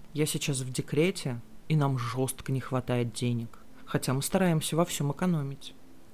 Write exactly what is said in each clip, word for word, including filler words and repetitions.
Я сейчас в декрете, и нам жестко не хватает денег, хотя мы стараемся во всем экономить.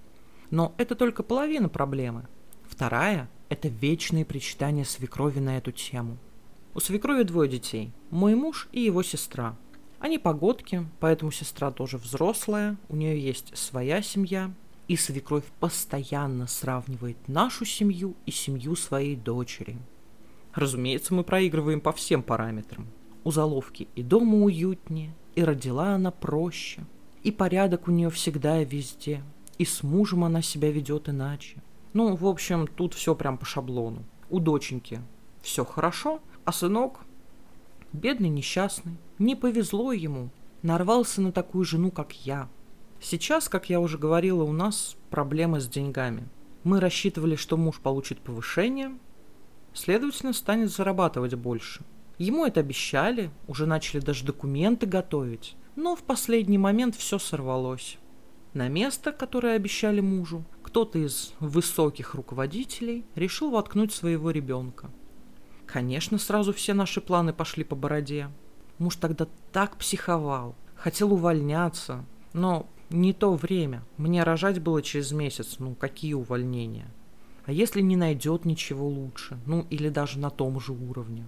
Но это только половина проблемы. Вторая – это вечные причитания свекрови на эту тему. У свекрови двое детей – мой муж и его сестра. Они погодки, поэтому сестра тоже взрослая, у нее есть своя семья, и свекровь постоянно сравнивает нашу семью и семью своей дочери. Разумеется, мы проигрываем по всем параметрам. У Заловки и дома уютнее, и родила она проще, и порядок у нее всегда и везде, и с мужем она себя ведет иначе. Ну, в общем, тут все прям по шаблону. У доченьки все хорошо, а сынок, бедный несчастный, не повезло ему, нарвался на такую жену, как я. Сейчас, как я уже говорила, у нас проблемы с деньгами. Мы рассчитывали, что муж получит повышение, следовательно, станет зарабатывать больше. Ему это обещали, уже начали даже документы готовить, но в последний момент все сорвалось. На место, которое обещали мужу, кто-то из высоких руководителей решил воткнуть своего ребенка. Конечно, сразу все наши планы пошли по бороде. Муж тогда так психовал, хотел увольняться, но не то время. Мне рожать было через месяц, ну какие увольнения? А если не найдет ничего лучше, ну или даже на том же уровне?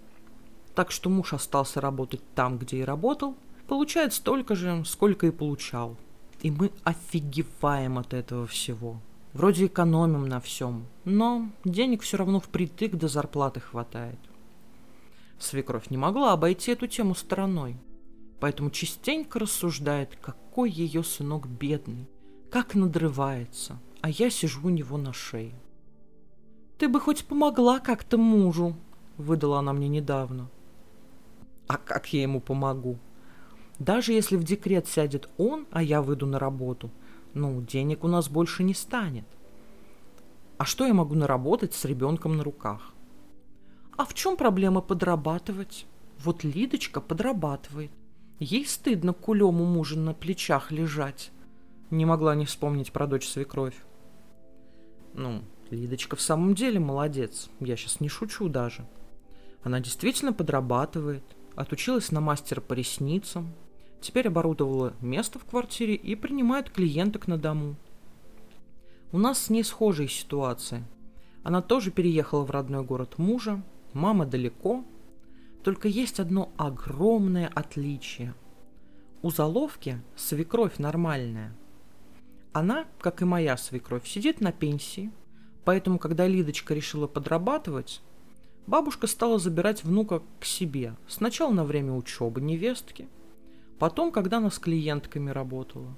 Так что муж остался работать там, где и работал, получает столько же, сколько и получал. И мы офигеваем от этого всего. Вроде экономим на всем, но денег все равно впритык до зарплаты хватает. Свекровь не могла обойти эту тему стороной, поэтому частенько рассуждает, какой ее сынок бедный, как надрывается, а я сижу у него на шее. «Ты бы хоть помогла как-то мужу», — выдала она мне недавно. А как я ему помогу? Даже если в декрет сядет он, а я выйду на работу, ну, денег у нас больше не станет. А что я могу наработать с ребенком на руках? А в чем проблема подрабатывать? Вот Лидочка подрабатывает. Ей стыдно кулем у мужа на плечах лежать. Не могла не вспомнить про дочь свекровь. Ну, Лидочка в самом деле молодец. Я сейчас не шучу даже. Она действительно подрабатывает. Отучилась на мастера по ресницам. Теперь оборудовала место в квартире и принимает клиенток на дому. У нас с ней схожая ситуация. Она тоже переехала в родной город мужа. Мама далеко. Только есть одно огромное отличие. У Заловки свекровь нормальная. Она, как и моя свекровь, сидит на пенсии. Поэтому, когда Лидочка решила подрабатывать, бабушка стала забирать внука к себе. Сначала на время учебы невестки, потом, когда она с клиентками работала.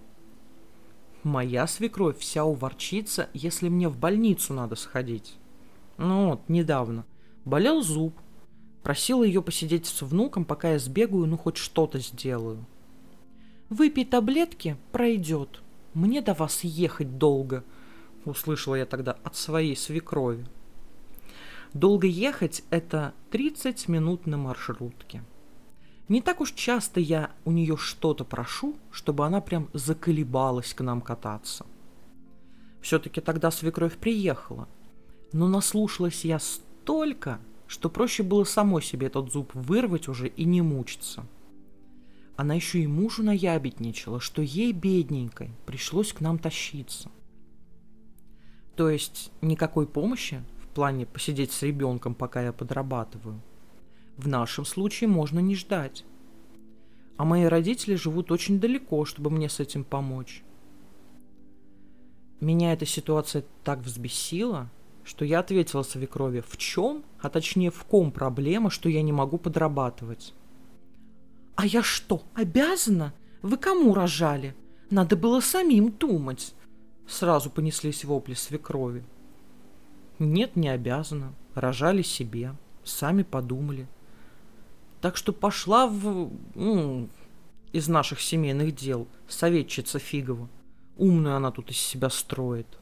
Моя свекровь вся уворчится, если мне в больницу надо сходить. Ну вот, недавно. Болел зуб. Просила ее посидеть с внуком, пока я сбегаю, ну хоть что-то сделаю. «Выпей таблетки, пройдет. Мне до вас ехать долго», — услышала я тогда от своей свекрови. Долго ехать — это тридцать минут на маршрутке. Не так уж часто я у нее что-то прошу, чтобы она прям заколебалась к нам кататься. Все-таки тогда свекровь приехала. Но наслушалась я столько, что проще было самой себе этот зуб вырвать уже и не мучиться. Она еще и мужу наябедничала, что ей, бедненькой, пришлось к нам тащиться. То есть никакой помощи в плане посидеть с ребенком, пока я подрабатываю, в нашем случае можно не ждать. А мои родители живут очень далеко, чтобы мне с этим помочь. Меня эта ситуация так взбесила, что я ответила свекрови, в чем, а точнее в ком проблема, что я не могу подрабатывать. «А я что, обязана? Вы кому рожали? Надо было самим думать!» Сразу понеслись вопли свекрови. «Нет, не обязана. Рожали себе. Сами подумали. Так что пошла в... Ну, из наших семейных дел советчица Фигова. Умную она тут из себя строит».